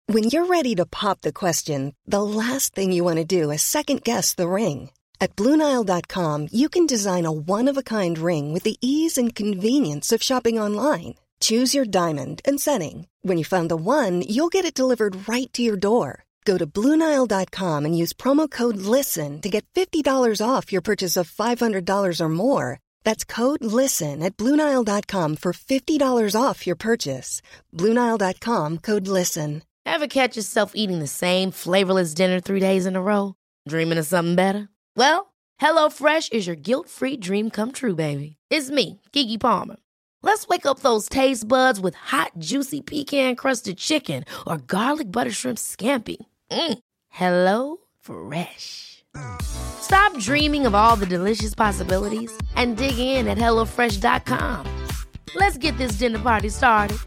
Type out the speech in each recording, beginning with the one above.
When you're ready to pop the question, the last thing you want to do is second-guess the ring. At BlueNile.com, you can design a one-of-a-kind ring with the ease and convenience of shopping online. Choose your diamond and setting. When you find the one, you'll get it delivered right to your door. Go to BlueNile.com and use promo code LISTEN to get $50 off your purchase of $500 or more. That's code LISTEN at BlueNile.com for $50 off your purchase. BlueNile.com, code LISTEN. Ever catch yourself eating the same flavorless dinner 3 days in a row? Dreaming of something better? Well, HelloFresh is your guilt-free dream come true, baby. It's me, Keke Palmer. Let's wake up those taste buds with hot, juicy pecan-crusted chicken or garlic butter shrimp scampi. HelloFresh. Stop dreaming of all the delicious possibilities and dig in at HelloFresh.com. Let's get this dinner party started.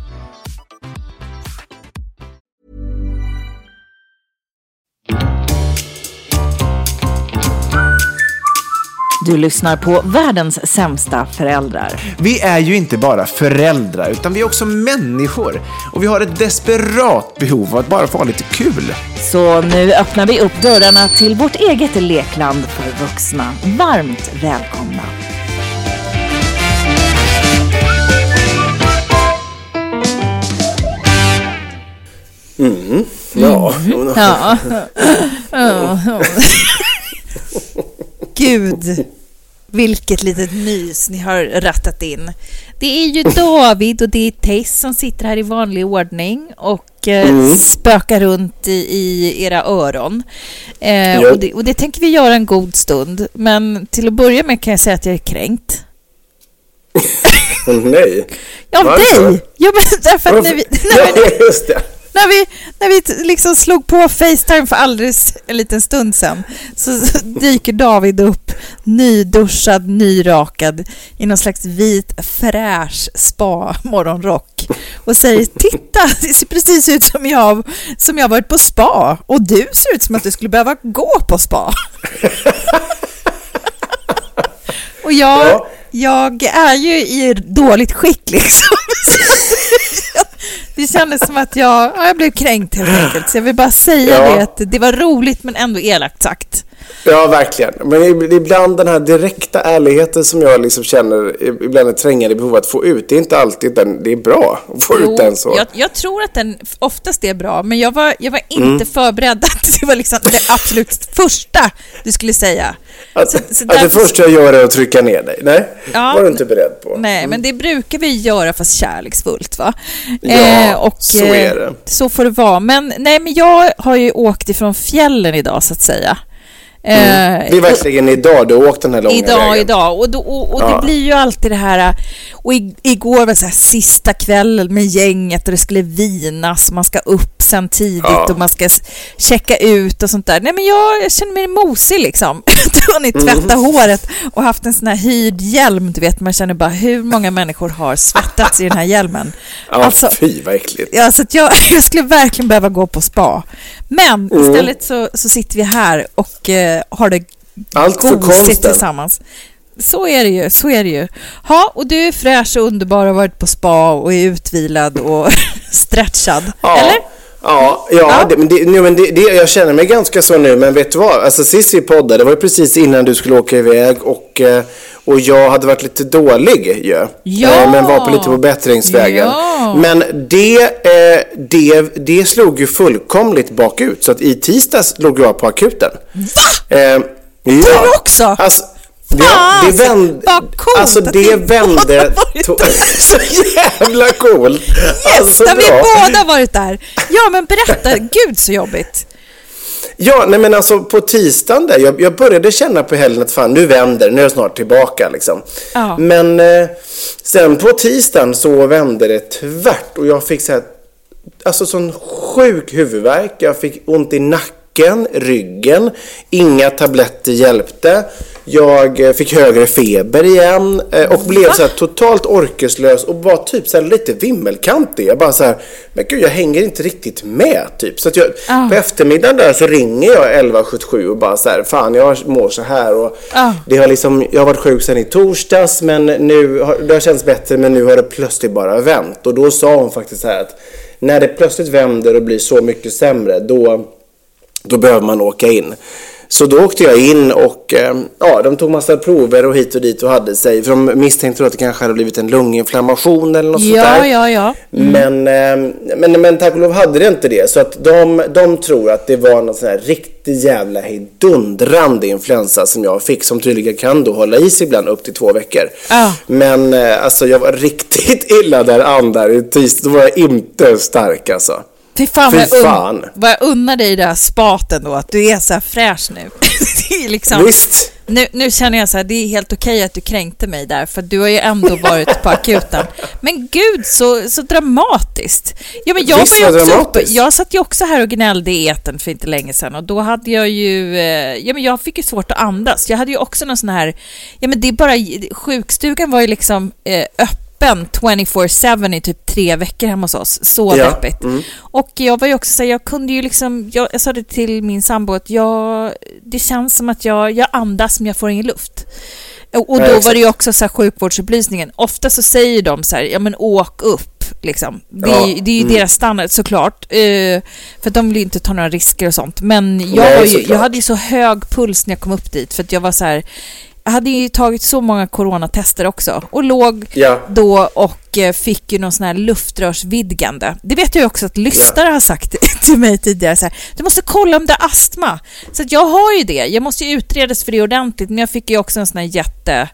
Du lyssnar på världens sämsta föräldrar. Vi är ju inte bara föräldrar utan vi är också människor. Och vi har ett desperat behov av att bara få ha lite kul. Så nu öppnar vi upp dörrarna till vårt eget lekland för vuxna. Varmt välkomna. Gud, vilket litet mys ni har rattat in. Det är ju David och det är Tess som sitter här i vanlig ordning och spökar runt i era öron. Och det tänker vi göra en god stund. Men till att börja med kan jag säga att jag är kränkt. Nej. Ja, dig! Ja, men därför att just det. När vi liksom slog på FaceTime för alldeles en liten stund sedan så dyker David upp nyduschad, nyrakad i någon slags vit fräsch spa-morgonrock och säger: titta, det ser precis ut som jag varit på spa och du ser ut som att du skulle behöva gå på spa. Och jag är ju i dåligt skick liksom. Det kändes som att jag blev kränkt helt enkelt. Så jag vill bara säga det att det var roligt men ändå elakt sagt. Ja, verkligen. Men ibland den här direkta ärligheten som jag liksom känner ibland är trängande behov att få ut. Det är inte alltid det är bra att få ut den så. Jag tror att den oftast är bra, men jag var inte förberedd att det var liksom det absolut första du skulle säga. Att det första jag gör är att trycka ner dig. Nej, var du inte beredd på. Nej, men det brukar vi göra fast kärleksfullt, va? Och så är det. Så får det vara. Men jag har ju åkt ifrån fjällen idag så att säga. Det är verkligen idag du har åkt den här långa vägen. Idag. Och det blir ju alltid det här. Och igår var så här sista kvällen med gänget och det skulle vinas. Man ska upp sen tidigt och man ska checka ut och sånt där. Nej, men jag känner mig mosig liksom. Jag har tvätta håret och haft en sån här hyrd hjälm. Du vet, man känner bara hur många människor har svettats i den här hjälmen. Ja, alltså, fy, verkligen. Ja, så att jag skulle verkligen behöva gå på spa. Men istället så sitter vi här och har det gosigt tillsammans. Så är det ju. Ja, och du är fräsch och underbar och har varit på spa och är utvilad och stretchad, eller? Ja. Jag känner mig ganska så nu, men vet du vad? Alltså sist vi poddade, det var ju precis innan du skulle åka iväg och jag hade varit lite dålig men var lite på bättringsvägen. Ja. Men det slog ju fullkomligt bakut, så att i tisdags låg jag på akuten. Va? Du också? Alltså, det vände så jävla cool. Yes, alltså, vi båda varit där. Ja, men berätta, gud så jobbigt. Ja, nej men alltså på tisdagen där, jag började känna på helgen att fan, nu vänder, nu är jag snart tillbaka liksom. Ja. Men sen på tisdagen så vände det tvärt och jag fick så här, alltså sån sjuk huvudvärk, jag fick ont i nacken, ryggen, inga tabletter hjälpte. Jag fick högre feber igen och blev så här totalt orkeslös och var typ så här lite vimmelkantig. Jag bara så här, men gud, jag hänger inte riktigt med typ. Så att jag på eftermiddagen där så ringer jag 1177 och bara så här, fan, jag mår så här och det har liksom, jag har varit sjuk sedan i torsdags, men nu det har känts bättre, men nu har det plötsligt bara vänt. Och då sa hon faktiskt så här att när det plötsligt vänder och blir så mycket sämre, då behöver man åka in. Så då åkte jag in och de tog massa prover och hit och dit och hade sig. För de misstänkte att det kanske hade blivit en lunginflammation eller något sånt där. Ja. Men tack och lov hade det inte det. Så att de tror att det var någon sån här riktigt jävla hejdundrande influensa som jag fick. Som tydligen kan då hålla i sig ibland upp till 2 veckor. Men alltså jag var riktigt illa där andar i tisdag. Då var jag inte stark alltså. Fy fan. Vad jag unnar dig i det här spaten då, att du är så här fräsch nu. Det är liksom, visst. Nu känner jag så här, det är helt okej att du kränkte mig där, för du har ju ändå varit på akuten. Men gud, så dramatiskt. Ja, men jag satt ju också här och gnällde i eten för inte länge sedan, och då hade jag ju jag fick ju svårt att andas. Jag hade ju också någon sån här, det är bara, sjukstugan var ju liksom öppen 24/7 i typ 3 veckor hemma hos oss. Så deppigt. Och jag var ju också så här, jag kunde ju liksom, jag sa det till min sambo att det känns som att jag andas men jag får ingen luft. Och då var det ju också så här sjukvårdsupplysningen. Ofta så säger de så här, åk upp liksom. Det är ju deras standard såklart. För de vill inte ta några risker och sånt. Men jag hade ju så hög puls när jag kom upp dit, för att jag var så här, jag hade ju tagit så många coronatester också och låg då och fick ju någon sån här luftrörsvidgande. Det vet jag ju också att lyssnare har sagt till mig tidigare så här, du måste kolla om det är astma. Så att jag har ju det. Jag måste ju utredas för det ordentligt, men jag fick ju också en sån här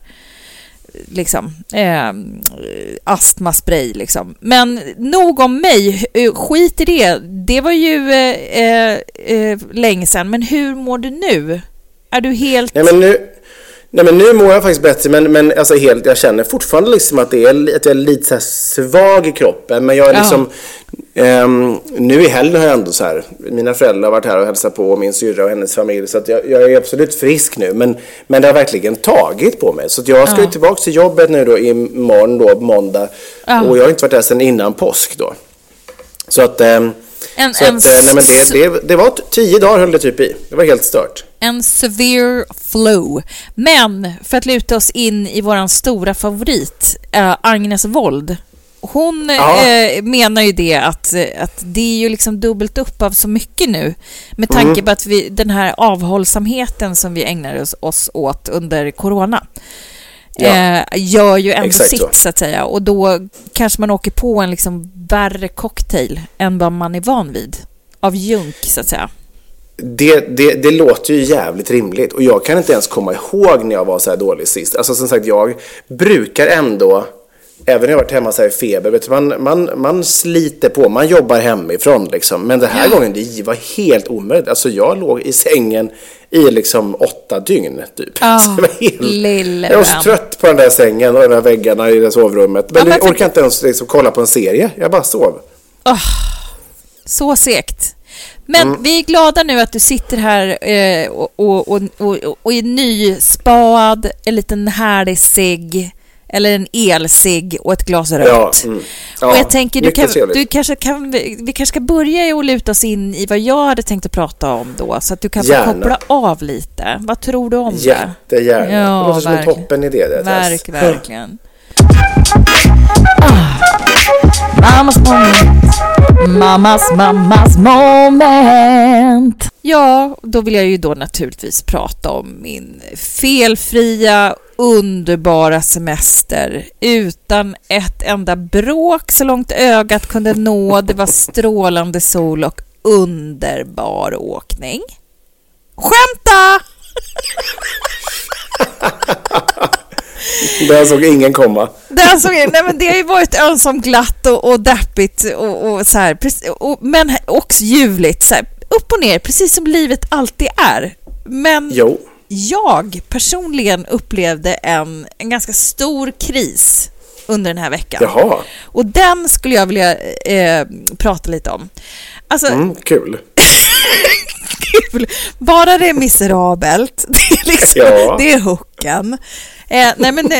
astmaspray liksom. Men nog om mig, skit i det. Det var ju länge sedan. Men hur mår du nu? Är du helt... Nej, men nu mår jag faktiskt bättre, men alltså helt, jag känner fortfarande liksom att jag är lite så här svag i kroppen, men jag är liksom nu i helgen har jag ändå så här, mina föräldrar har varit här och hälsat på, och min syrra och hennes familj, så att jag är absolut frisk nu, men det har verkligen tagit på mig, så att jag ska ju tillbaka till jobbet nu då imorgon då, måndag, och jag har inte varit där sedan innan påsk då, så att det var 10 dagar höll det typ i. Det var helt stört. En severe flu. Men för att luta oss in i våran stora favorit, Agnes Wold. Hon menar ju det att det är ju liksom dubbelt upp av så mycket nu. Med tanke på att den här avhållsamheten som vi ägnar oss åt under corona. Gör ju ändå sitt så att säga, och då kanske man åker på en liksom värre cocktail än vad man är van vid av junk så att säga. Det låter ju jävligt rimligt, och jag kan inte ens komma ihåg när jag var så här dålig sist. Alltså som sagt, jag brukar ändå, även när jag har varit hemma så här i feber, vet du, man sliter på, man jobbar hemifrån liksom. Men den här gången, det var helt omöjligt. Alltså jag låg i sängen i liksom 8 dygn typ. Så det var helt... Jag var så trött på den där sängen och de där väggarna i det sovrummet. Men jag orkar inte ens liksom kolla på en serie. Jag bara sov. Så segt. Men vi är glada nu att du sitter här och är nyspad, en liten härlig cigg eller en elcigg och ett glas rött. Och jag tänker vi kanske ska börja och luta oss in i vad jag hade tänkt att prata om då, så att du kan få koppla av lite. Vad tror du om det? Jättegärna. Det låter som en toppen idé det. Verkligen. Mammas moment. Ja, då vill jag ju då naturligtvis prata om min felfria, underbara semester utan ett enda bråk så långt ögat kunde nå. Det var strålande sol och underbar åkning. Skämta! Det såg ingen komma. Nej, men det har ju varit önsamt glatt och deppigt och så här, men också ljuvligt så här, upp och ner, precis som livet alltid är. Men jag personligen upplevde en ganska stor kris under den här veckan. Jaha. Och den skulle jag vilja prata lite om. Alltså, kul. Bara det är miserabelt. Det är liksom, det är hooken. Nej, men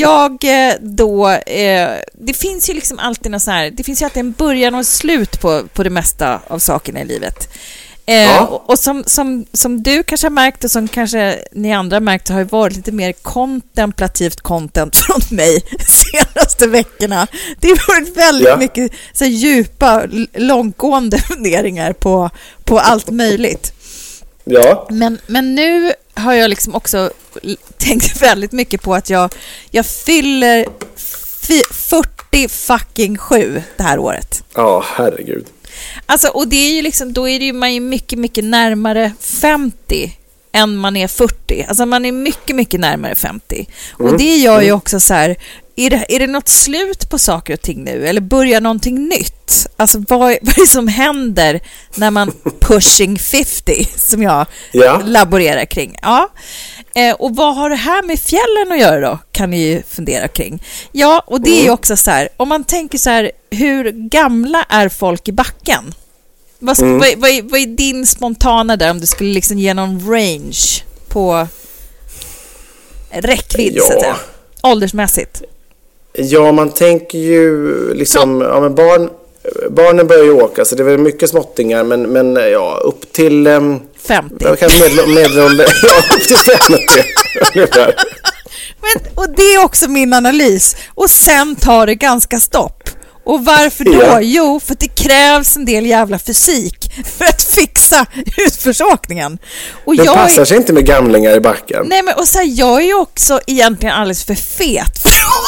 det finns ju liksom alltid något så här, det finns ju alltid en början och ett slut på det mesta av sakerna i livet. Och som du kanske har märkt och som kanske ni andra har märkt, så har det varit lite mer kontemplativt content från mig senaste veckorna. Det har varit väldigt mycket så djupa, långtgående funderingar på allt möjligt. Ja. Men nu har jag liksom också tänkt väldigt mycket på att jag fyller 47 det här året. Ja, herregud. Alltså, och det är ju liksom, då är det ju man är mycket, mycket närmare 50 än man är 40. Alltså man är mycket, mycket närmare 50. Och det gör ju också så här, är det något slut på saker och ting nu? Eller börjar någonting nytt? Alltså vad är det som händer när man pushing 50, som jag laborerar kring? Ja. Och vad har det här med fjällen att göra då? Kan ni ju fundera kring. Ja, och det är ju också så här, om man tänker så här, hur gamla är folk i backen? Vad är din spontana där, om du skulle liksom ge någon range på räckvidd så att säga, åldersmässigt? Ja, man tänker ju liksom, men barnen börjar ju åka, så det är väl mycket småttingar, men upp till 50. Jag kan medelålder, upp till 50 och det är också min analys. Och sen tar det ganska stopp. Och varför då? Ja. Jo, för det krävs en del jävla fysik för att fixa utförsåkningen. Och det passar sig inte med gamlingar i backen. Nej, men och så här, jag är ju också egentligen alldeles för fet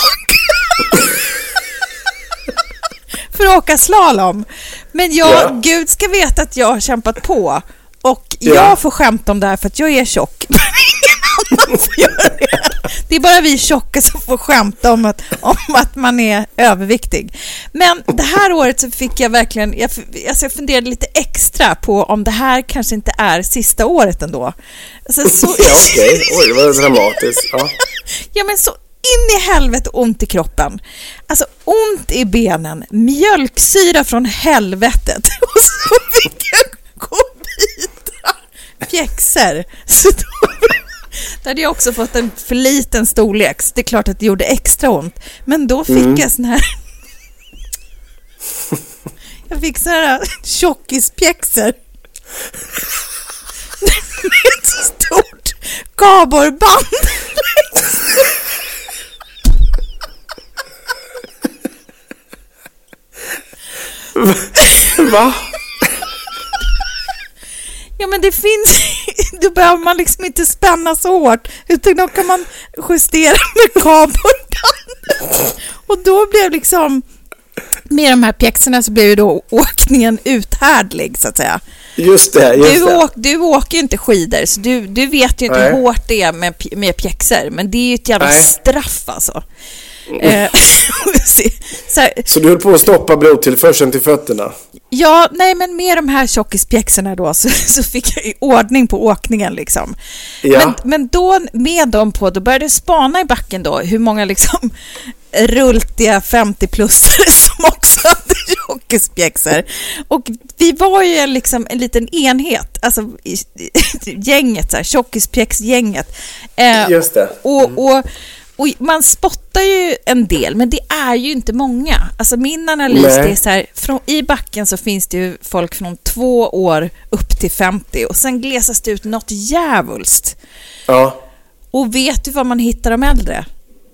för att åka slalom. Men Gud ska veta att jag har kämpat på. Och jag får skämta om det här för att jag är tjock. Ingen annan får göra det. Det är bara vi tjocka som får skämta om att man är överviktig. Men det här året så fick jag verkligen, jag funderade lite extra på om det här kanske inte är sista året ändå. Alltså, okej. Oj, det var dramatiskt. Ja, men så in i helvete ont i kroppen. Alltså ont i benen, mjölksyra från helvetet. Och så fick jag gå byta pjäxor. Så då hade jag också fått en för liten storlek. Så det är klart att det gjorde extra ont. Men då fick jag sån här jag fick sån här tjockispjäxor med ett stort kaborband. Va? Ja, men det finns, då behöver man liksom inte spänna så hårt, utan då kan man justera med kaborband. Och då blev liksom, med de här pjäxorna så blev ju då åkningen uthärdlig så att säga. Just det. Du åker ju inte skidor, så du vet ju inte hur hårt det är med pjäxor, men det är ju ett jävla straff alltså. Så du höll på att stoppa blodtillförseln till fötterna? Ja, nej, men med de här tjockispjäxorna då så fick jag i ordning på åkningen liksom. Ja. Men då med dem på, då började jag spana i backen då hur många liksom rultiga 50-plussare som också hade tjockispjäxor. Och vi var ju liksom en liten enhet, alltså gänget så här, tjockispjäxgänget. Just det. Och man spottar ju en del, men det är ju inte många. Alltså min analys är så här, i backen så finns det ju folk från 2 år upp till 50 och sen glesas det ut något jävulst. Ja. Och vet du var man hittar de äldre?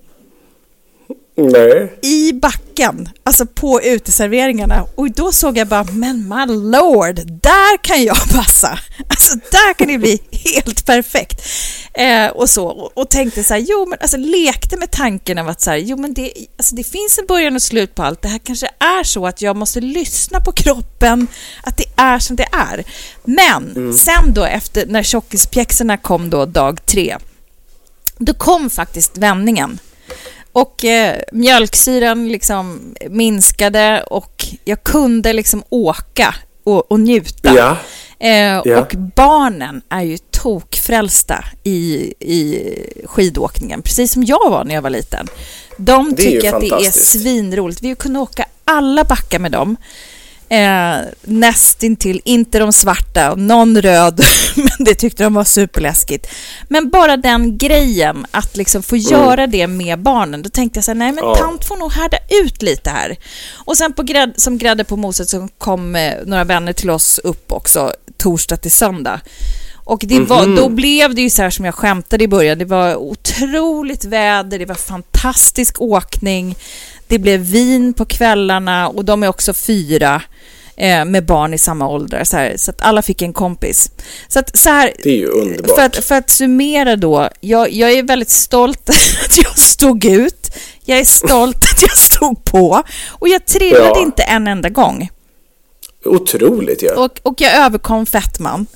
Nej. I backen, alltså på uteserveringarna. Och då såg jag bara, men my lord, där kan jag passa. Alltså där kan det bli helt perfekt. Och så, och tänkte så här, jo men alltså lekte med tanken av att så här, jo men det finns en början och slut på allt. Det här kanske är så att jag måste lyssna på kroppen, att det är som det är. Men sen då efter, när tjockispjäxorna kom då dag 3, då kom faktiskt vändningen. Och mjölksyran liksom minskade och jag kunde liksom åka och njuta. Ja. Och barnen är ju tokfrälsta i skidåkningen, precis som jag var när jag var liten. De tycker att det är svinroligt. Vi kunde åka alla backar med dem. nästintill, inte de svarta, någon röd, men det tyckte de var superläskigt. Men bara den grejen att liksom få göra det med barnen, då tänkte jag så här, nej men tant får nog härda ut lite här. Och sen som grädde på moset så kom några vänner till oss upp också torsdag till söndag. Och det var, då blev det ju så här som jag skämtade i början. Det var otroligt väder, det var fantastisk åkning. Det blev vin på kvällarna och de är också 4 med barn i samma ålder. Så att alla fick en kompis. Så här, det är ju underbart. För att summera då, jag är väldigt stolt att jag stod ut. Jag är stolt att jag stod på. Och jag trillade inte en enda gång. Otroligt, ja. Och jag överkom fettman.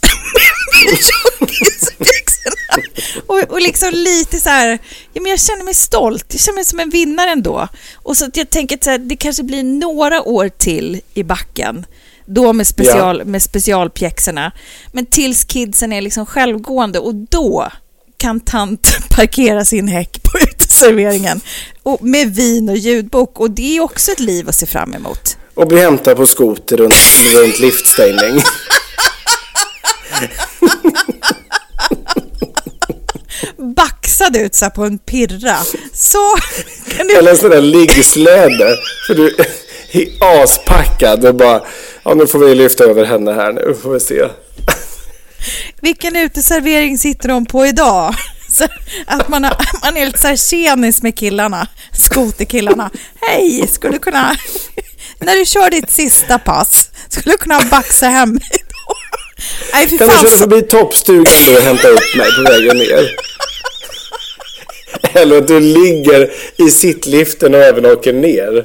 och liksom lite så här, ja, men jag känner mig stolt. Jag känner mig som en vinnare ändå. Och så att jag tänker att så här, det kanske blir några år till i backen. Då med specialpjäxorna. Men tills kidsen är liksom självgående, och då kan tant parkera sin häck på uteserveringen och med vin och ljudbok. Och det är också ett liv att se fram emot. Och bli hämtad på skoter runt liftstängning. Baxad ut så på en pirra. Så kan du... Eller en sån där liggsläde. För du är aspackad och bara, ja, nu får vi lyfta över henne här nu, får vi se. Vilken uteservering sitter de på idag? Så att man är lite så här tjenis med killarna, skoterkillarna. Hej, skulle du kunna, när du kör ditt sista pass, skulle du kunna baxa hem idag? Nej, kan du köra förbi toppstugan då och hämta upp mig på vägen ner? Eller att du ligger i sittliften och även åker ner.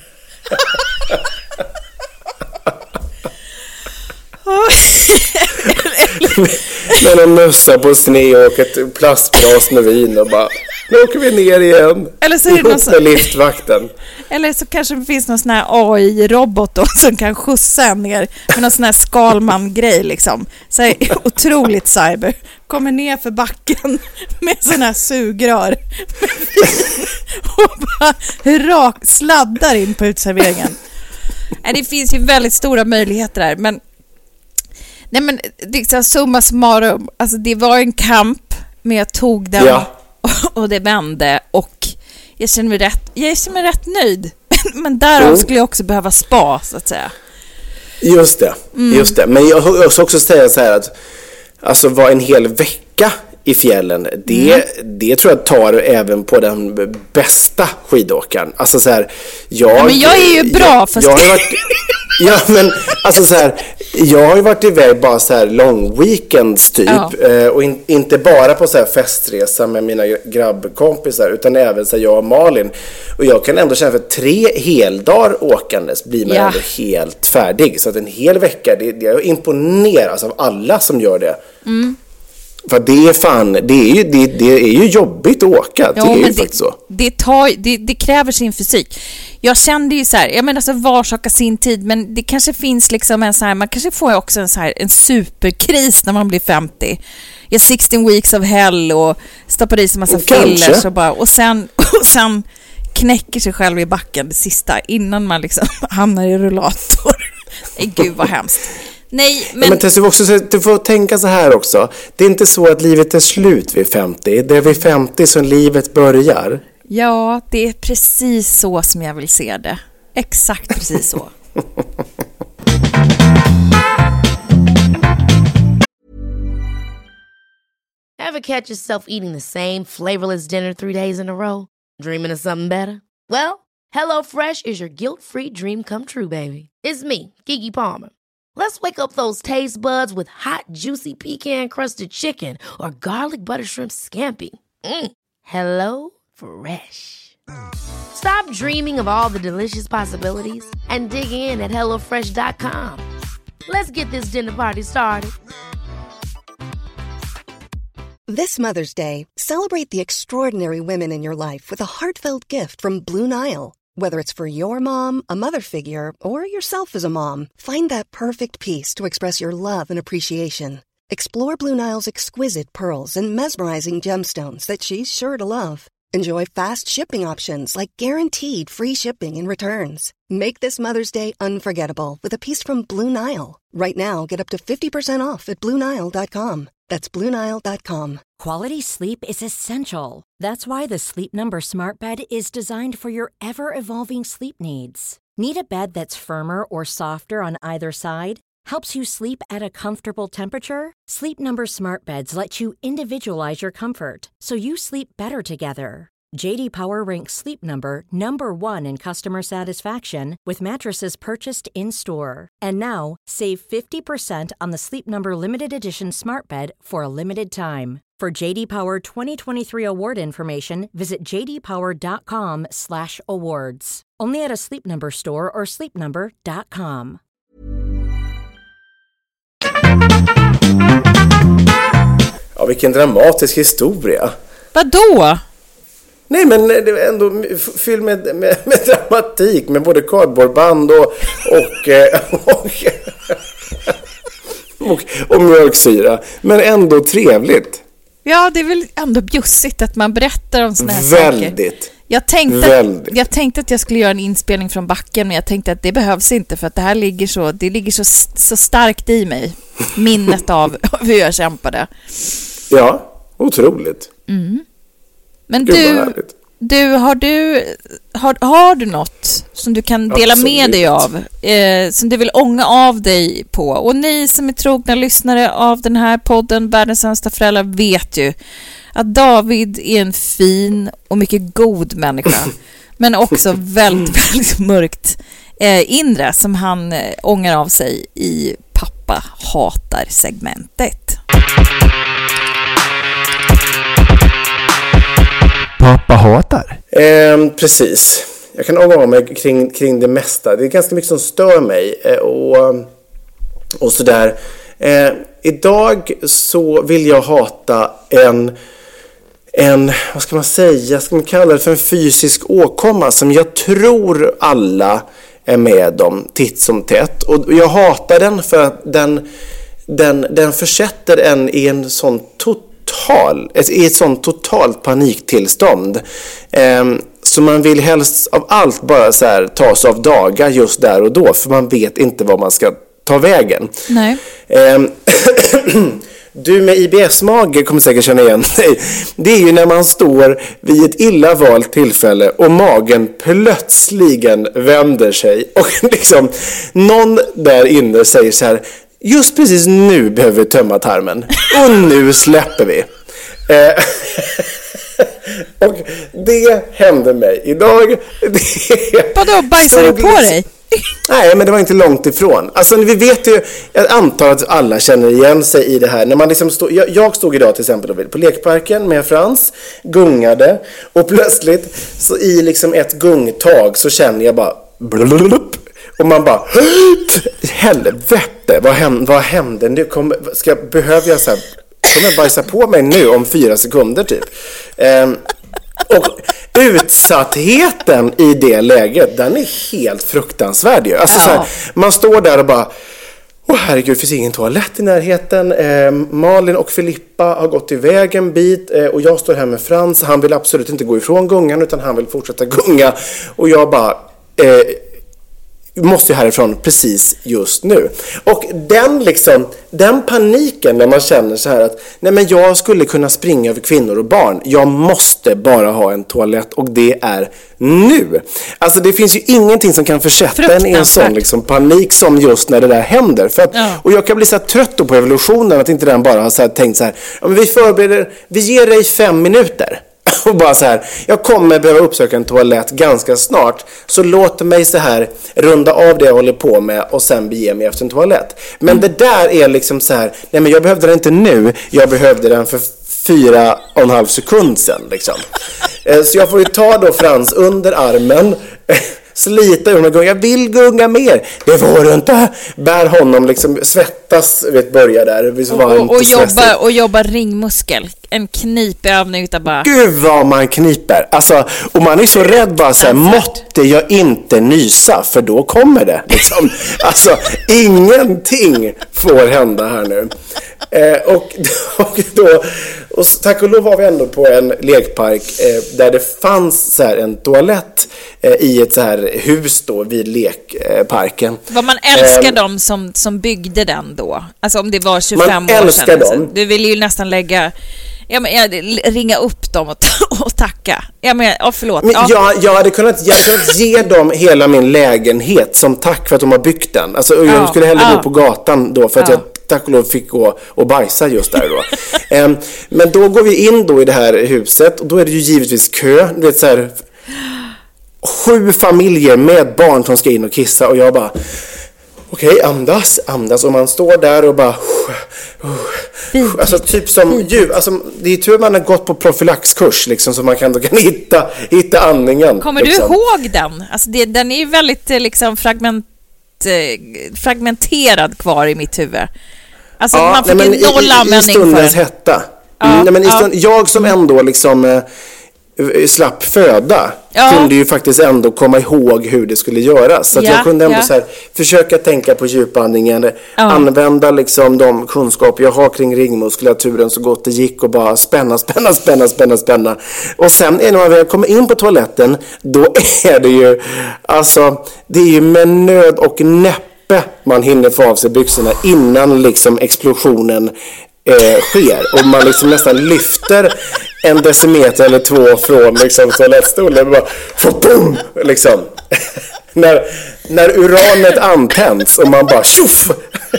Med en mössa på sned och ett plastglas med vin och bara, nu åker vi ner igen. Eller så är det någon med liftvakten. Eller så kanske det finns någon sån här AI-robot då, som kan skjutsa en ner med någon sån här Skalman-grej liksom. Så här, otroligt cyber. Kommer ner för backen med sån här sugrör och bara sladdar in på utserveringen. Det finns ju väldigt stora möjligheter där, men nej, men liksom, summa summarum, alltså det var en kamp, men jag tog den och det vände, och jag känner mig rätt nöjd. Men därav skulle jag också behöva spa, så att säga. Just det. Men jag ska också säga så här att alltså vara en hel vecka i fjällen, det tror jag tar även på den bästa skidåkaren. Alltså så här, men jag är ju bra fast jag har varit, ja, men alltså så här, jag har ju varit iväg bara så här lång weekends typ, och inte bara på så här festresa med mina grabbkompisar, utan även så här, jag och Malin, och jag kan ändå känna för 3 heldagar åkandes blir man ändå helt färdig. Så att en hel vecka, jag imponeras av alla som gör det. För det är ju jobbigt att åka. Ja, det är ju faktiskt så. Det kräver sin fysik. Jag kände ju så här, jag menar, alltså varsaka sin tid, men det kanske finns liksom en så här, man kanske får också en superkris när man blir 50. Jag 16 weeks of hell och stoppar i sig massa fillers och sen knäcker sig själv i backen det sista innan man liksom hamnar i rullator. Nej, gud vad hemskt. Nej, men du får tänka så här också. Det är inte så att livet är slut vid 50. Det är vid 50 som livet börjar. Ja, det är precis så som jag vill se det. Exakt precis så. Ever catch yourself eating the same flavorless dinner 3 days in a row? Dreaming of something better? Well, HelloFresh is your guilt-free dream come true, baby. It's me, Keke Palmer. Let's wake up those taste buds with hot, juicy pecan-crusted chicken or garlic butter shrimp scampi. Hello Fresh. Stop dreaming of all the delicious possibilities and dig in at HelloFresh.com. Let's get this dinner party started. This Mother's Day, celebrate the extraordinary women in your life with a heartfelt gift from Blue Nile. Whether it's for your mom, a mother figure, or yourself as a mom, find that perfect piece to express your love and appreciation. Explore Blue Nile's exquisite pearls and mesmerizing gemstones that she's sure to love. Enjoy fast shipping options like guaranteed free shipping and returns. Make this Mother's Day unforgettable with a piece from Blue Nile. Right now, get up to 50% off at BlueNile.com. That's BlueNile.com. Quality sleep is essential. That's why the Sleep Number Smart Bed is designed for your ever-evolving sleep needs. Need a bed that's firmer or softer on either side? Helps you sleep at a comfortable temperature? Sleep Number Smart Beds let you individualize your comfort, so you sleep better together. J.D. Power ranks Sleep Number #1 in customer satisfaction with mattresses purchased in-store. And now, save 50% on the Sleep Number Limited Edition Smart Bed for a limited time. For J.D. Power 2023 award information, visit jdpower.com/awards. Only at a Sleep Number store or sleepnumber.com. Ja, vilken dramatisk historia. Vadå? Nej, men det är ändå fylld med dramatik, med både kardborreband och mjölksyra. Men ändå trevligt. Ja, det är väl ändå bjussigt att man berättar om såna här Väldigt. saker. Jag tänkte att jag skulle göra en inspelning från backen, men jag tänkte att det behövs inte, för att det här ligger så starkt i mig. Minnet av hur jag kämpade. Ja, otroligt. Mm. Men Gud, har du något som du kan dela med dig av, som du vill ånga av dig på? Och ni som är trogna lyssnare av den här podden, Världens sämsta föräldrar, vet ju att David är en fin och mycket god människa, men också väldigt, väldigt mörkt inre som han ångar av sig i Pappa hatar-segmentet. Pappa hatar. Precis. Jag kan ånga av mig kring det mesta. Det är ganska mycket som stör mig och sådär. Idag så vill jag hata en, vad ska man säga, ska man kalla det för en fysisk åkomma som jag tror alla är med om titt som tätt. Och jag hatar den för att den försätter en i en sån i ett sånt totalt paniktillstånd. Så man vill helst av allt bara så här ta sig av dagar just där och då, för man vet inte vad man ska ta vägen. Nej. Du med IBS-mage kommer säkert känna igen dig. Det är ju när man står vid ett illa valt tillfälle och magen plötsligen vänder sig och liksom någon där inne säger så här: just precis nu behöver vi tömma tarmen och nu släpper vi. Och det hände mig idag. Vadå, bajsar du på dig? Nej, men det var inte långt ifrån. Alltså, vi vet ju, jag antar att alla känner igen sig i det här. När man liksom jag stod idag till exempel på lekparken med Frans, gungade, och plötsligt så i liksom ett gungtag så känner jag bara blulup, och man bara helvete, vad hände nu? Behöver jag så här, kommer jag bajsa på mig nu om 4 sekunder typ? Och utsattheten i det läget, den är helt fruktansvärd ju. Alltså, så här, man står där och bara, herregud, det finns ingen toalett i närheten. Malin och Filippa har gått iväg en bit och jag står här med Frans. Han vill absolut inte gå ifrån gungan, utan han vill fortsätta gunga. Och jag bara måste ju härifrån precis just nu. Och den paniken när man känner så här att nej, men jag skulle kunna springa över kvinnor och barn. Jag måste bara ha en toalett och det är nu. Alltså det finns ju ingenting som kan försätta en i en sån liksom panik som just när det där händer. För att, och jag kan bli så här trött på evolutionen, att inte den bara har så här tänkt så här, ja, men vi ger dig 5 minuter. Och bara så här, jag kommer behöva uppsöka en toalett ganska snart, så låt mig så här runda av det jag håller på med och sen bege mig efter en toalett. Men det där är liksom så här, nej, men jag behövde den inte nu, jag behövde den för 4,5 sekunder sedan liksom. Så jag får ju ta då Frans under armen, slita ur mig, jag vill gunga mer. Det får du inte. Bär honom liksom, svettas, börja där. Och jobba ringmuskel. En knipövning utav bara... Gud vad man kniper. Alltså, och man är så rädd bara så här, måtte jag inte nysa, för då kommer det liksom. Alltså, ingenting får hända här nu. Och tack och lov var vi ändå på en lekpark där det fanns så här en toalett i ett så här hus då vid lekparken. Vad man älskar dem som byggde den då. Alltså om det var 25 år sedan. Man älskar dem. Alltså, du vill ju nästan ringa upp dem och tacka. Förlåt. Men jag hade kunnat ge dem hela min lägenhet som tack för att de har byggt den. Alltså, jag skulle hellre gå på gatan då för att jag tack och lov fick gå och bajsa just där då. Men då går vi in då i det här huset och då är det ju givetvis kö. Du vet så här 7 familjer med barn som ska in och kissa och jag bara okej, andas och man står där och bara alltså typ som djur, alltså det är tur man har gått på profylaxkurs liksom så man kan hitta andningen. Kommer liksom. Du ihåg den? Alltså den är ju väldigt liksom fragmenterad kvar i mitt huvud. Alltså man fick en noll användning i stundens hetta. Jag som ändå liksom slapp föda kunde ju faktiskt ändå komma ihåg hur det skulle göras. Så att jag kunde ändå så här, försöka tänka på djupandningen, använda liksom de kunskaper jag har kring ringmuskulaturen så gott det gick och bara spänna. Och sen när man väl kommer in på toaletten, då är det ju alltså, det är ju med nöd och näppe man hinner få av sig byxorna innan liksom explosionen sker och man liksom nästan lyfter 1 decimeter eller 2 från liksom toalettstolen bara boom, liksom när uranet antänds och man bara tjoff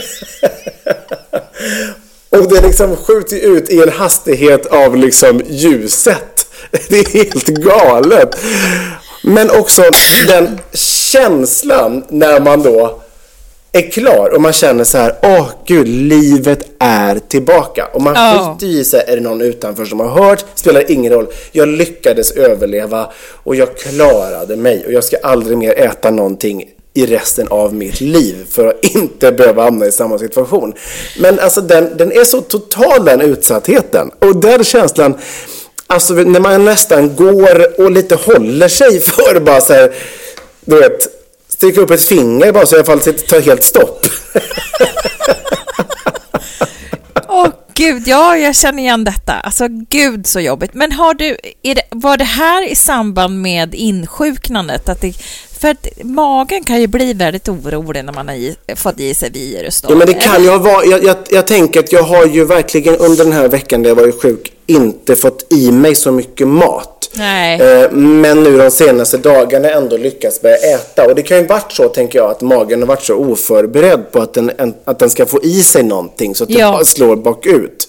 och det liksom skjuter ut i en hastighet av liksom ljuset. Det är helt galet. Men också den känslan när man då är klar och man känner så här, gud, livet är tillbaka. Och man skiter i sig, är det någon utanför som har hört, spelar ingen roll. Jag lyckades överleva och jag klarade mig och jag ska aldrig mer äta någonting i resten av mitt liv för att inte behöva hamna i samma situation. Men alltså den är så total, den utsattheten. Och den känslan, alltså när man nästan går och lite håller sig för bara så här, du vet, sticka upp ett finger bara så i alla fall tar helt stopp. Gud, jag känner igen detta. Alltså gud så jobbigt. Men var det här i samband med insjuknandet? För att magen kan ju bli väldigt orolig när man har fått i sig virus då. Ja, men det kan ju vara. Jag tänker att jag har ju verkligen under den här veckan där jag var sjuk inte fått i mig så mycket mat. Nej. Men nu de senaste dagarna ändå lyckats börja äta. Och det kan ju varit så, tänker jag, att magen har varit så oförberedd på att den ska få i sig någonting så att det bara slår bakut.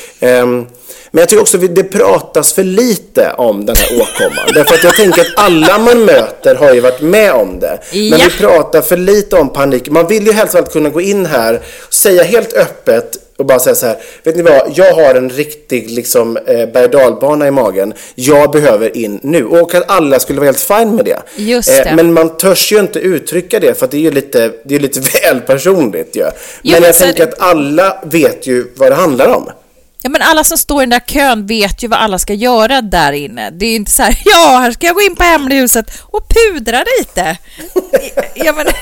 Men jag tycker också att det pratas för lite om den här åkomman. Därför att jag tänker att alla man möter har ju varit med om det. Men vi pratar för lite om panik. Man vill ju helst väl kunna gå in här och säga helt öppet och bara säga så här, vet ni vad, jag har en riktig liksom berg-dalbana i magen. Jag behöver in nu. Och att alla skulle vara helt fine med det. Just det. Men man törs ju inte uttrycka det för att det är ju lite väl personligt. Ja. Men jag tänker att alla vet ju vad det handlar om. Ja, men alla som står i den där kön vet ju vad alla ska göra där inne. Det är ju inte så här, här ska jag gå in på hemlighuset och pudra lite. Ja, men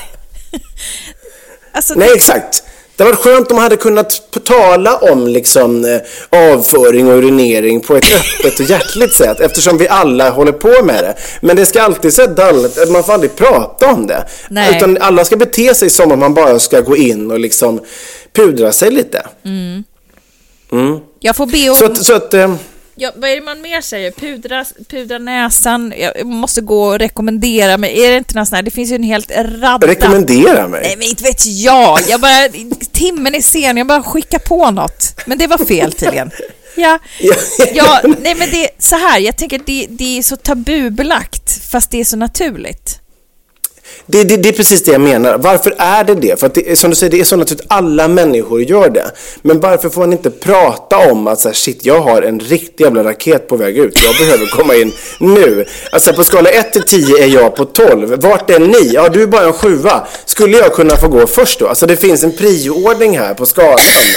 alltså, nej, exakt. Det var skönt om man hade kunnat tala om liksom avföring och urinering på ett öppet och hjärtligt sätt, eftersom vi alla håller på med det. Men det ska alltid så dalligt, man får aldrig prata om det. Nej. Utan alla ska bete sig som om man bara ska gå in och liksom pudra sig lite. Mm. Jag får be om... Så att vad är det man mer säger? Pudra näsan. Jag måste gå och rekommendera mig. Är det inte något sånt här? Det finns ju en helt radda. Rekommendera mig? Nej, men inte vet jag. Timmen är sen. Jag bara skickar på något. Men det var fel tydligen. Ja, nej, men det är så här. Jag tänker att det är så tabubelagt, fast det är så naturligt. Det är precis det jag menar. Varför är det? För att det, som du säger, det är så naturligt. Alla människor gör det. Men varför får man inte prata om att så här, shit, jag har en riktig jävla raket på väg ut. Jag behöver komma in nu. Alltså på skala 1-10 är jag på 12. Vart är ni? Ja, du är bara en 7. Skulle jag kunna få gå först då? Alltså det finns en prioordning här på skalan.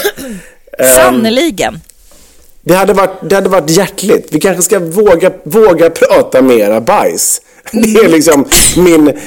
Sannoliken. Det hade varit hjärtligt. Vi kanske ska våga prata mera bajs. Det är liksom min...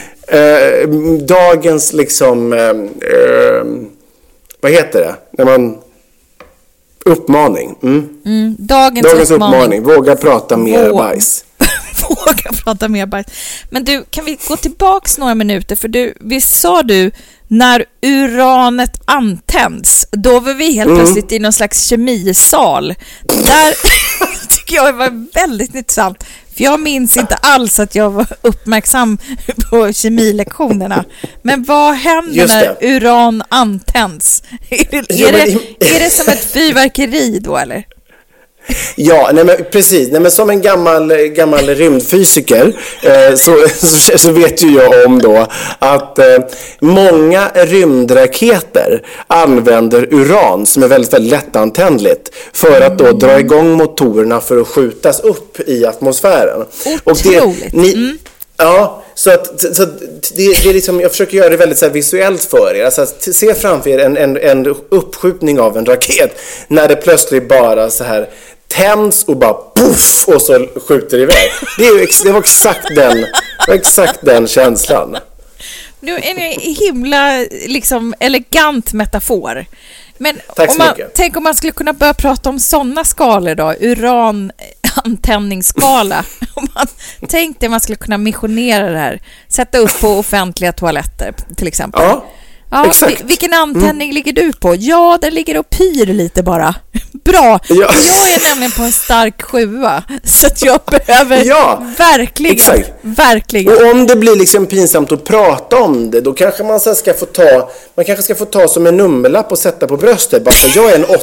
dagens liksom vad heter det när man Uppmaning. Dagens uppmaning. Våga prata mer bajs. Våga prata mer bajs. Men du, kan vi gå tillbaks några minuter? För visst sa du, när uranet antänds, då var vi helt plötsligt i någon slags kemisal. Där tycker jag var väldigt intressant. För jag minns inte alls att jag var uppmärksam på kemilektionerna. Men vad händer när uran antänds? Är det som ett fyrverkeri då, eller? Ja, nej men precis. Nej men som en gammal rymdfysiker så vet ju jag om då att många rymdraketer använder uran som är väldigt, väldigt lättantändligt för att då dra igång motorerna för att skjutas upp i atmosfären. Otroligt. Ja, så det är liksom, jag försöker göra det väldigt så här visuellt för er. Alltså, se framför er en uppskjutning av en raket när det plötsligt bara så här tänds och bara puff och så skjuter iväg. Det var exakt den känslan. Nu är det en himla liksom elegant metafor. Men tänk om man skulle kunna börja prata om sådana skalor då, uranantändningsskala. Om man tänkte man skulle kunna missionera det här, sätta upp på offentliga toaletter till exempel. Ja, exakt. Vilken antändning ligger du på? Ja, den ligger och pyr lite bara. Bra. Ja. Jag är nämligen på en stark 7, så att jag behöver verkligen. Och om det blir liksom pinsamt att prata om det, då kanske man så ska få ta som en nummerlapp och sätta på bröstet. Bara för jag är en 8.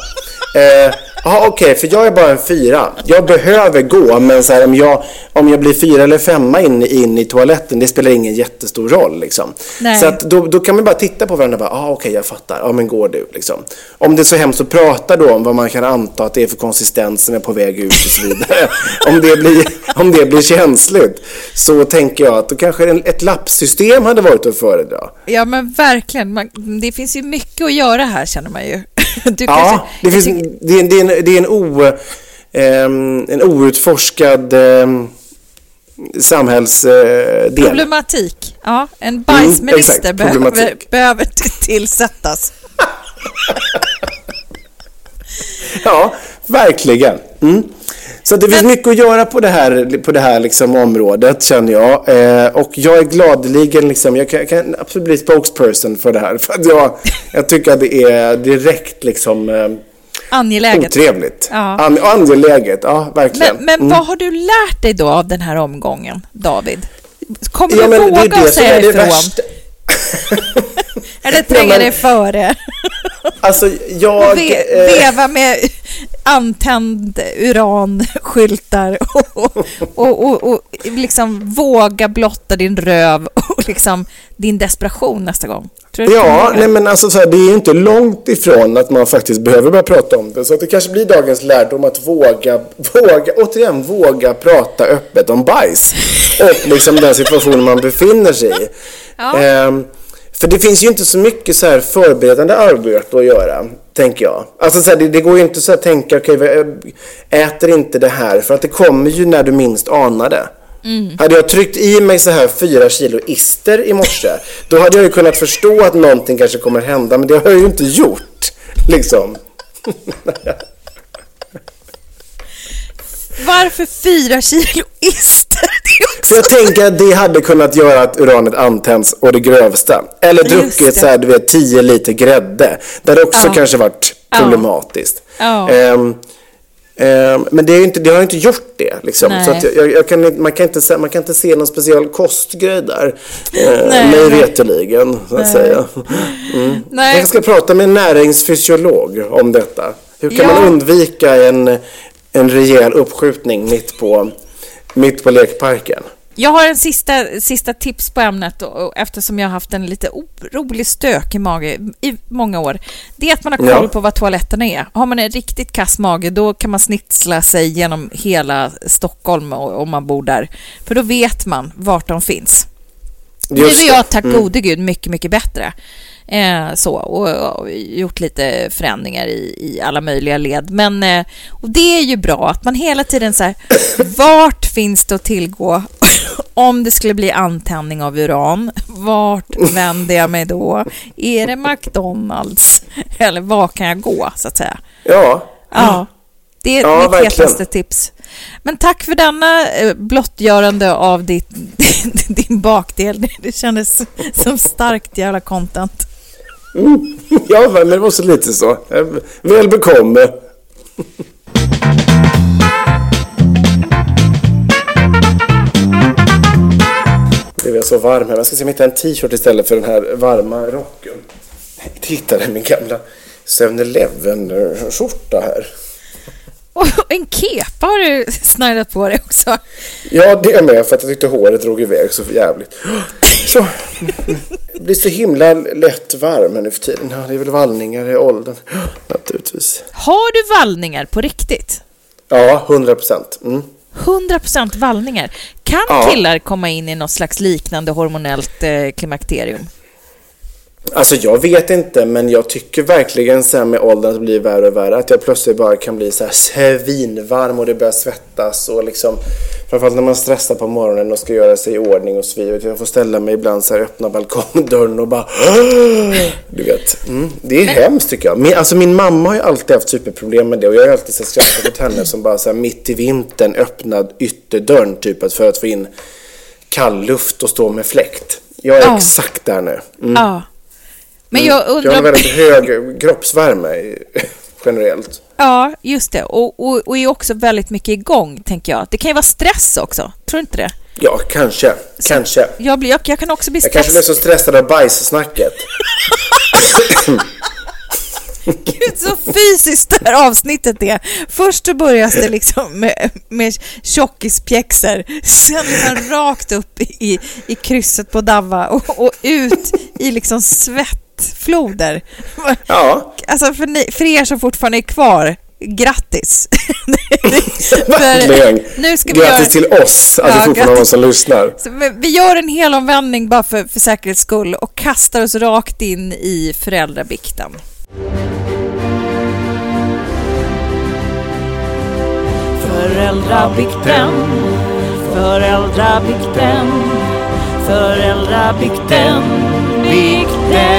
Okej, för jag är bara en 4. Jag behöver gå, men så här, om jag blir 4 eller 5 in i toaletten, det spelar ingen jättestor roll liksom. Så att då kan man bara titta på varandra och bara, okej, jag fattar. Men går du liksom. Om det är så hemskt att prata då om vad man kan anta att det är för konsistens som är på väg ut och så vidare. om det blir känsligt, så tänker jag att då kanske ett lappsystem hade varit att föredra. Ja, men verkligen. Det finns ju mycket att göra här, känner man ju. Det är en outforskad samhällsdel. Problematik. Ja, en bajsminister behöver tillsättas. Ja, verkligen. Så det finns mycket att göra på det här liksom området, känner jag. Och jag är gladeligen liksom, jag kan absolut bli spokesperson för det här. För att jag tycker att det är direkt liksom angeläget. Otrevligt. Ja. Angeläget, ja, verkligen. Men vad har du lärt dig då av den här omgången, David? Kommer du våga säga ifrån? Eller tränga dig före? Alltså, jag... Veva med antänd uranskyltar och liksom våga blotta din röv och liksom din desperation nästa gång. Men alltså så här, det är inte långt ifrån att man faktiskt behöver börja prata om det. Så att det kanske blir dagens lärdom att våga prata öppet om bajs och liksom den situationen man befinner sig i. Ja. För det finns ju inte så mycket så här förberedande arbete att göra, tänker jag. Alltså så här, det går ju inte så att tänka, okej, äter inte det här, för att det kommer ju när du minst anar det. Hade jag tryckt i mig så här 4 kilo ister i morse, då hade jag ju kunnat förstå att någonting kanske kommer hända, men det har jag ju inte gjort, liksom. Varför 4 kilo ister? För jag tänker att det hade kunnat göra att uranet antänds och det grövsta. Eller druckit så här, du vet, 10 liter grädde, där det också kanske varit problematiskt. Men det har inte gjort det liksom. Så att man kan inte se någon speciell kostgrej där. Mig veteligen, så att säga. Jag ska prata med en näringsfysiolog om detta. Hur kan man undvika en rejäl uppskjutning mitt på lekparken? Jag har en sista tips på ämnet, och eftersom jag har haft en lite orolig stök i mage i många år. Det är att man har koll på vad toaletterna är. Har man en riktigt kass mage, då kan man snitsla sig genom hela Stockholm om man bor där. För då vet man vart de finns. Nu är jag, tack gode gud, mycket, mycket bättre. Och gjort lite förändringar i alla möjliga led. Men och det är ju bra att man hela tiden så här, vart finns det att tillgå om det skulle bli antändning av uran, vart vänder jag mig då? Är det McDonalds? Eller var kan jag gå, så att säga? Ja. Det är mitt hetaste tips. Men tack för denna blottgörande av din bakdel. Det kändes som starkt jävla content. Ja, men det var så lite så. Väl bekomme. Det är så varm här. Jag ska se om jag hittar en t-shirt istället för den här varma rocken. Titta, det är min gamla 7-Eleven-skjorta här. Och en kepa har du snärdat på dig också. Ja, det är med för att jag tyckte håret drog iväg så jävligt. Så. Det blir så himla lätt varm nu för tiden. Ja, det är väl vallningar i åldern. Naturligtvis. Har du vallningar på riktigt? Ja, 100%. 100% vallningar. Kan killar komma in i något slags liknande hormonellt klimakterium? Alltså jag vet inte, men jag tycker verkligen så här med åldern att det blir värre och värre. Att jag plötsligt bara kan bli så här svinvarm och det börjar svettas. Och liksom, framförallt när man stressar på morgonen och ska göra sig i ordning och så vidare. Jag får ställa mig ibland så här, öppna balkongdörren och bara... Du vet, det är hemskt tycker jag. Alltså min mamma har ju alltid haft superproblem med det. Och jag har alltid så skrattat åt henne som bara så här, mitt i vintern öppnad ytterdörren typ för att få in kall luft och stå med fläkt. Jag är exakt där nu. Men jag undrar... Jag har väldigt hög kroppsvärme generellt. Ja, just det. Och är också väldigt mycket igång, tänker jag. Det kan ju vara stress också. Tror du inte det? Ja, kanske. Jag kan också bli stressad. Jag kanske blir så stressad av bajssnacket. Gud, så fysiskt det här avsnittet är. Först så börjar det liksom med tjockispjäxor. Sen liksom rakt upp i krysset på Davva och ut i liksom svettfloder. Ja. Alltså för er som fortfarande är kvar, grattis. Verkligen. Grattis till oss att det fortfarande någon som lyssnar. Så vi gör en hel omvändning bara för säkerhets skull och kastar oss rakt in i föräldrabikten. Föräldrabikten, föräldrabikten, föräldrabikten, bikten.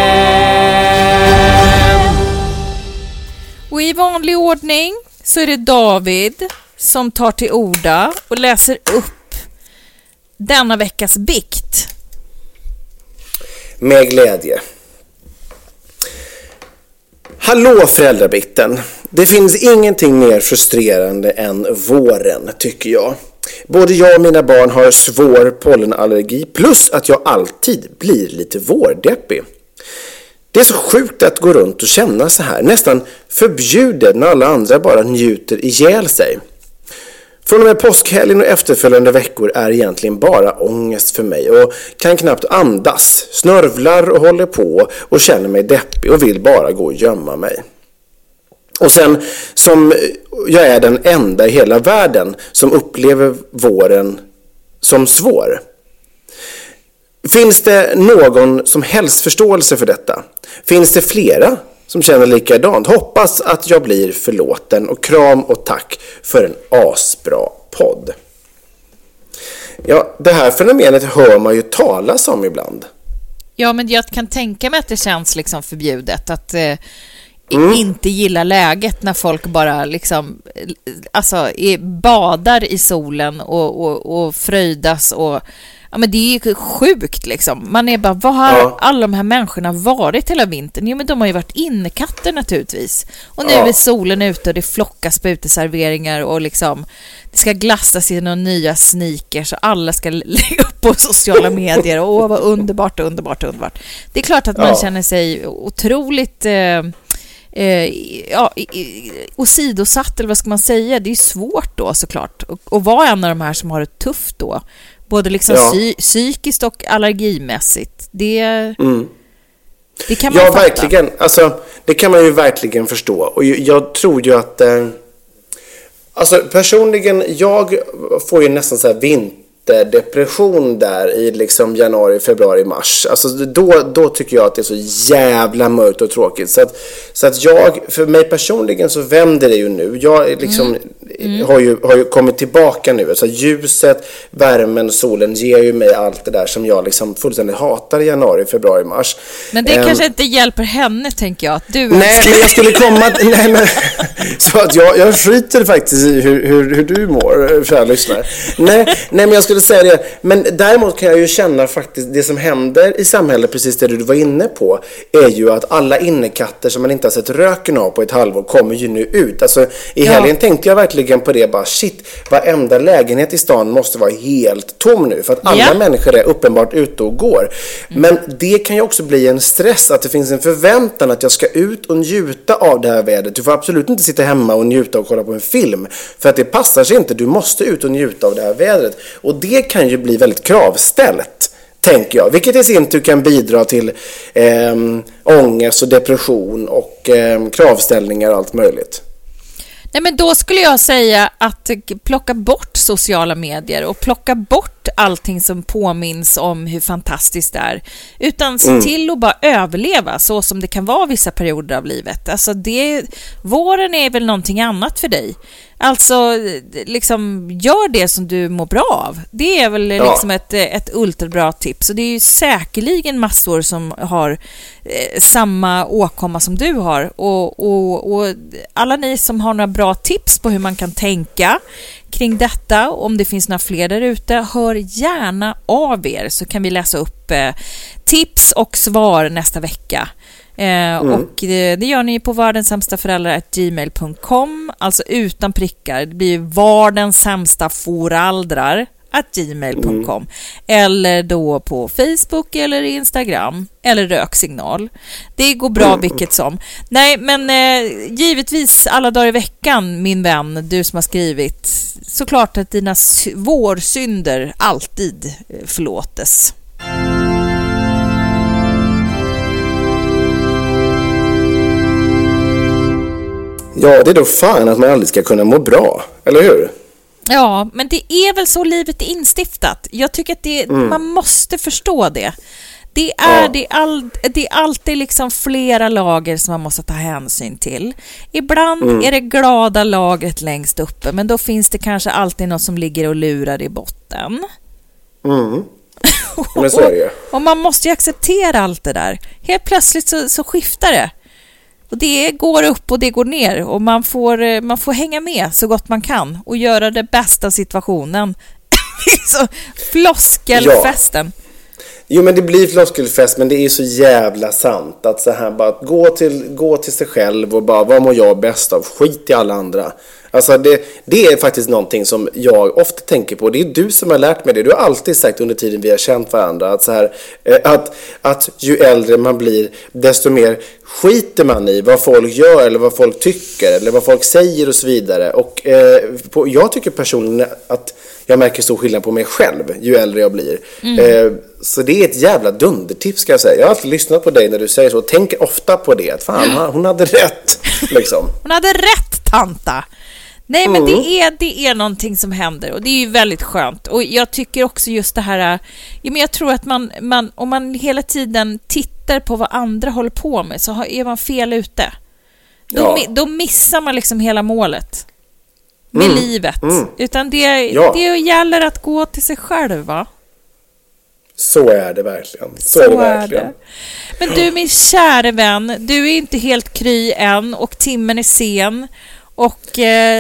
Och i vanlig ordning så är det David som tar till orda och läser upp denna veckas bikt. Med glädje. Hallå föräldrabikten. Det finns ingenting mer frustrerande än våren, tycker jag. Både jag och mina barn har svår pollenallergi, plus att jag alltid blir lite vårdeppig. Det är så sjukt att gå runt och känna så här, nästan förbjudet när alla andra bara njuter ihjäl sig. Från och med påskhelgen och efterföljande veckor är egentligen bara ångest för mig och kan knappt andas, snörvlar och håller på och känner mig deppig och vill bara gå och gömma mig. Och sen som jag är den enda i hela världen som upplever våren som svår. Finns det någon som helst förståelse för detta? Finns det flera som känner likadant? Hoppas att jag blir förlåten och kram och tack för en asbra podd. Ja, det här fenomenet hör man ju talas om ibland. Ja, men jag kan tänka mig att det känns liksom förbjudet att inte gilla läget när folk bara liksom badar i solen och fröjdas och ja, men det är ju sjukt liksom. Man är bara, vad har alla de här människorna varit hela vintern? Jo, men de har ju varit innekatter naturligtvis. Och nu är solen ute och det flockas på uteserveringar och liksom det ska glassas i några nya sneakers och alla ska lägga upp på sociala medier och vad underbart. Det är klart att man känner sig otroligt åsidosatt, eller vad ska man säga? Det är svårt då såklart att vara en av de här som har det tufft då. Både liksom psykiskt och allergimässigt. Det kan man fatta. Verkligen. Alltså, det kan man ju verkligen förstå. Och jag tror ju att alltså personligen, jag får ju nästan så här vinterdepression där i liksom januari, februari, mars. Alltså då tycker jag att det är så jävla mörkt och tråkigt. Så att jag, för mig personligen så vänder det ju nu. Jag liksom har ju kommit tillbaka nu. Alltså ljuset, värmen, solen ger ju mig allt det där som jag liksom fullständigt hatar i januari, februari, mars. Men det kanske inte hjälper henne, tänker jag. Att du nej, men jag skulle komma... nej, men, så att jag skiter faktiskt i hur du mår, för alla lyssnare. Nej, men jag skulle säga det. Men däremot kan jag ju känna faktiskt det som händer i samhället, precis det du var inne på, är ju att alla innekatter som man inte har sett röken av på ett halvår kommer ju nu ut. Alltså i helgen tänkte jag verkligen på det, bara shit, varenda lägenhet i stan måste vara helt tom nu, för att alla människor är uppenbart ute och går. Men det kan ju också bli en stress, att det finns en förväntan att jag ska ut och njuta av det här vädret. Du får absolut inte sitta hemma och njuta och kolla på en film, för att det passar sig inte. Du måste ut och njuta av det här vädret, och det kan ju bli väldigt kravställt, tänker jag, vilket i sin tur kan bidra till ångest och depression och kravställningar och allt möjligt. Nej, men då skulle jag säga att plocka bort sociala medier och plocka bort allting som påminns om hur fantastiskt det är, utan se till att bara överleva så som det kan vara vissa perioder av livet. Alltså våren är väl någonting annat för dig. Alltså liksom gör det som du mår bra av. Det är väl liksom ett ultrabra tips. Och det är ju säkerligen massor som har samma åkomma som du har. Och alla ni som har några bra tips på hur man kan tänka kring detta, om det finns några fler där ute, hör gärna av er, så kan vi läsa upp tips och svar nästa vecka. Och det gör ni på vardensämstaföräldrar@gmail.com, alltså utan prickar. Det blir vardensämstaföräldrar@gmail.com, eller då på Facebook eller Instagram eller röksignal. Det går bra vilket som. Nej, men givetvis alla dagar i veckan, min vän, du som har skrivit, såklart att dina vårsynder alltid förlåtes. Ja, det är då fan att man aldrig ska kunna må bra, eller hur? Ja, men det är väl så livet är instiftat. Jag tycker att man måste förstå det. Det är alltid liksom flera lager som man måste ta hänsyn till. Ibland är det glada lagret längst uppe, men då finns det kanske alltid något som ligger och lurar i botten. Men så är det. Och man måste ju acceptera allt det där. Helt plötsligt så skiftar det. Och det går upp och det går ner, och man får hänga med så gott man kan och göra det bästa av situationen. Så floskelfesten. Ja. Jo, men det blir floskelfest, men det är så jävla sant att så här bara att gå till sig själv och bara, vad mår jag bäst av? Skit i alla andra. Alltså det är faktiskt någonting som jag ofta tänker på. Det är du som har lärt mig det. Du har alltid sagt under tiden vi har känt varandra att så här, att ju äldre man blir, desto mer skiter man i vad folk gör eller vad folk tycker eller vad folk säger och så vidare. Och jag tycker personligen att jag märker stor skillnad på mig själv ju äldre jag blir. Så det är ett jävla dundertips, ska jag säga. Jag har alltid lyssnat på dig när du säger så och tänker ofta på det. Att fan, hon hade rätt. Liksom. Hon hade rätt, tanta. Nej, men det är någonting som händer, och det är ju väldigt skönt. Och jag tycker också just det här, men jag tror att man om man hela tiden tittar på vad andra håller på med, så är man fel ute. Då missar man liksom hela målet med livet. Utan det gäller att gå till sig själv, va? Så är det verkligen. Så är det verkligen. Men du, min kära vän, du är inte helt kry än, och timmen är sen. Och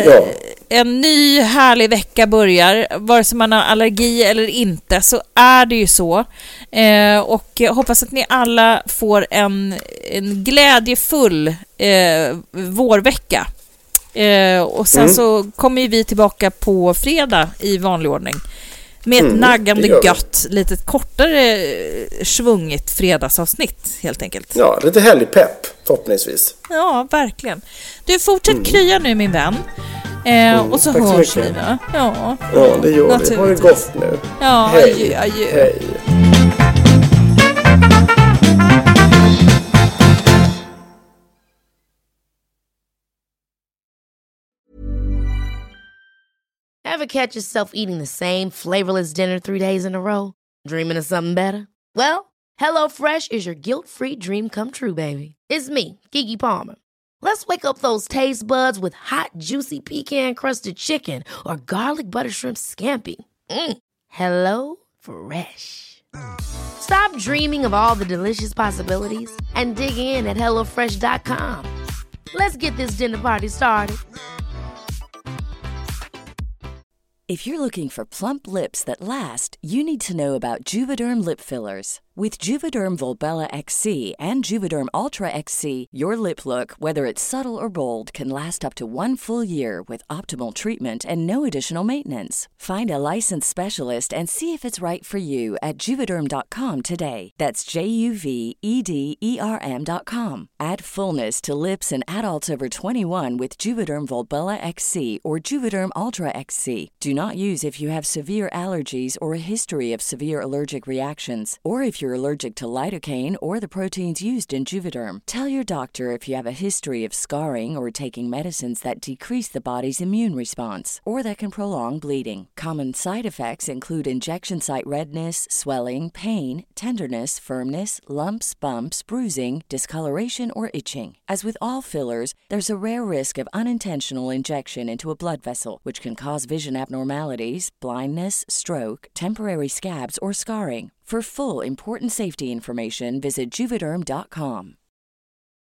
en ny härlig vecka börjar. Vare sig man har allergi eller inte, så är det ju så. Och jag hoppas att ni alla får en glädjefull vårvecka. Och sen så kommer vi tillbaka på fredag i vanlig ordning. Med ett naggande gött, lite kortare svungigt fredagsavsnitt helt enkelt. Ja, lite härlig pepp, förhoppningsvis. Ja, verkligen. Du, fortsätt krya nu, min vän. Och så hörs vi, va? Ja, det gör vi. Ha det gott nu. Ja, hej. Adjö. Hej. Ever catch yourself eating the same flavorless dinner 3 days in a row? Dreaming of something better? Well, HelloFresh is your guilt-free dream come true, baby. It's me, Keke Palmer. Let's wake up those taste buds with hot, juicy pecan-crusted chicken or garlic butter shrimp scampi. Hello Fresh. Stop dreaming of all the delicious possibilities and dig in at HelloFresh.com. Let's get this dinner party started. If you're looking for plump lips that last, you need to know about Juvederm lip fillers. With Juvederm Volbella XC and Juvederm Ultra XC, your lip look, whether it's subtle or bold, can last up to 1 full year with optimal treatment and no additional maintenance. Find a licensed specialist and see if it's right for you at Juvederm.com today. That's JUVEDERM.com. Add fullness to lips in adults over 21 with Juvederm Volbella XC or Juvederm Ultra XC. Do not use if you have severe allergies or a history of severe allergic reactions, or if you're allergic to lidocaine or the proteins used in Juvederm. Tell your doctor if you have a history of scarring or taking medicines that decrease the body's immune response or that can prolong bleeding. Common side effects include injection site redness, swelling, pain, tenderness, firmness, lumps, bumps, bruising, discoloration, or itching. As with all fillers, there's a rare risk of unintentional injection into a blood vessel, which can cause vision abnormalities, blindness, stroke, temporary scabs, or scarring. For full, important safety information, visit Juvederm.com.